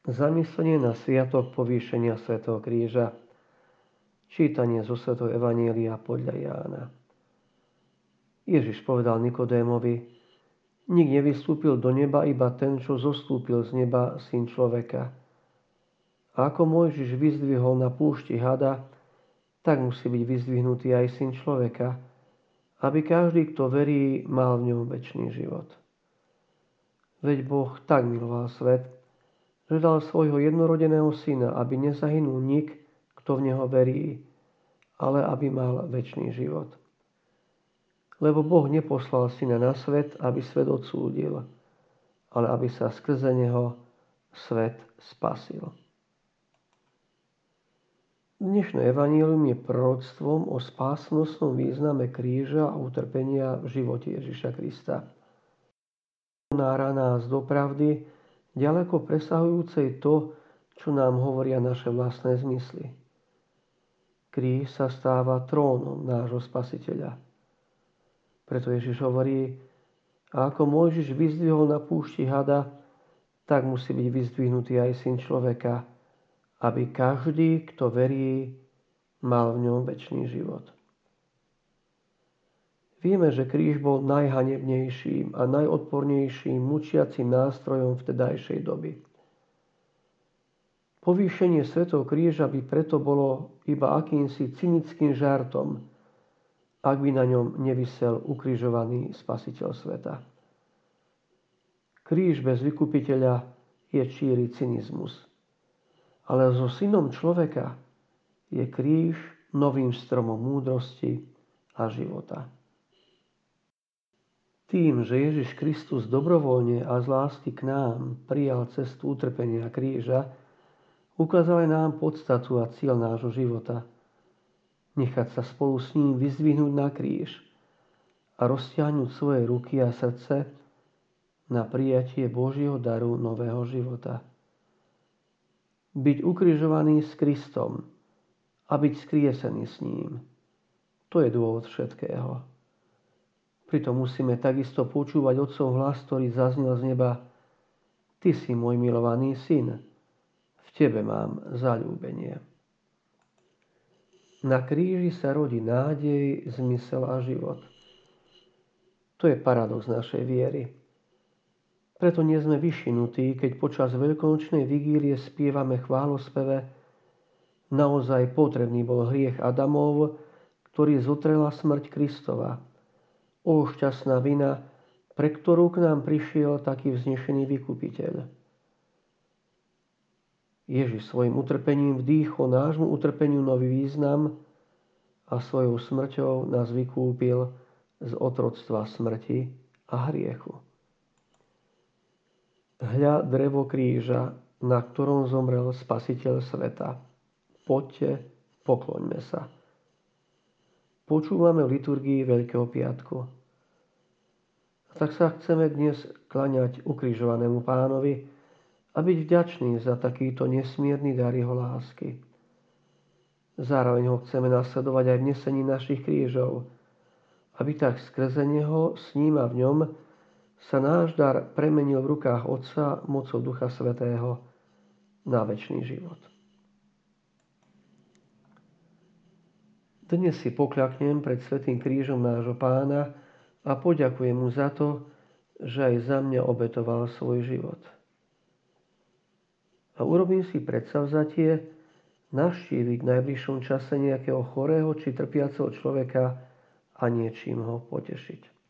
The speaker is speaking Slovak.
Zamyslenie na sviatok povýšenia svätého kríža. Čítanie zo svätého Evanjelia podľa Jána. Ježiš povedal Nikodémovi: Nik nevystúpil do neba, iba ten, čo zostúpil z neba, Syn človeka. A ako Mojžiš vyzdvihol na púšti hada, tak musí byť vyzdvihnutý aj Syn človeka, aby každý, kto verí, mal v ňom večný život. Veď Boh tak miloval svet, že dal svojho jednorodeného syna, aby nezahynul nik, kto v neho verí, ale aby mal večný život. Lebo Boh neposlal syna na svet, aby svet odsúdil, ale aby sa skrze neho svet spasil. Dnešné evanjelium je proroctvom o spásnostnom význame kríža a utrpenia v živote Ježiša Krista. Nára nás do pravdy, ďaleko presahujúcej to, čo nám hovoria naše vlastné zmysly. Kríž sa stáva trónom nášho Spasiteľa. Preto Ježiš hovorí: a ako Mojžiš vyzdvihol na púšti hada, tak musí byť vyzdvihnutý aj Syn človeka, aby každý, kto verí, mal v ňom večný život. Vieme, že kríž bol najhanebnejším a najodpornejším mučiacím nástrojom vtedajšej doby. Povýšenie svätého kríža by preto bolo iba akýmsi cynickým žartom, ak by na ňom nevisel ukrižovaný Spasiteľ sveta. Kríž bez vykupiteľa je číry cynizmus. Ale so Synom človeka je kríž novým stromom múdrosti a života. Tým, že Ježiš Kristus dobrovoľne a z lásky k nám prijal cestu utrpenia kríža, ukázal aj nám podstatu a cieľ nášho života. Nechať sa spolu s ním vyzdvihnúť na kríž a roztiahnuť svoje ruky a srdce na prijatie Božieho daru nového života. Byť ukrižovaný s Kristom a byť skriesený s ním. To je dôvod všetkého. Pritom musíme takisto počúvať Otcov hlas, ktorý zaznel z neba: Ty si môj milovaný syn, v tebe mám zaľúbenie. Na kríži sa rodí nádej, zmysel a život. To je paradox našej viery. Preto nie sme vyšinutí, keď počas veľkonočnej vigílie spievame chválospeve: Naozaj potrebný bol hriech Adamov, ktorý zotrela smrť Kristova. O šťastná vina, pre ktorú k nám prišiel taký vznešený vykupiteľ. Ježiš svojim utrpením vdýchol nášmu utrpeniu nový význam a svojou smrťou nás vykúpil z otroctva smrti a hriechu. Hľa drevo kríža, na ktorom zomrel Spasiteľ sveta. Poďte, pokloňme sa. Počúvame v liturgii Veľkého piatku. A tak sa chceme dnes kláňať ukrižovanému Pánovi a byť vďační za takýto nesmierny dar jeho lásky. Zároveň ho chceme nasledovať aj v nesení našich krížov, aby tak skrze neho, s ním a v ňom sa náš dar premenil v rukách Otca mocou Ducha Svätého na večný život. Dnes si pokľaknem pred svätým krížom nášho Pána a poďakujem mu za to, že aj za mňa obetoval svoj život. A urobím si predsavzatie navštíviť v najbližšom čase nejakého chorého či trpiaceho človeka a niečím ho potešiť.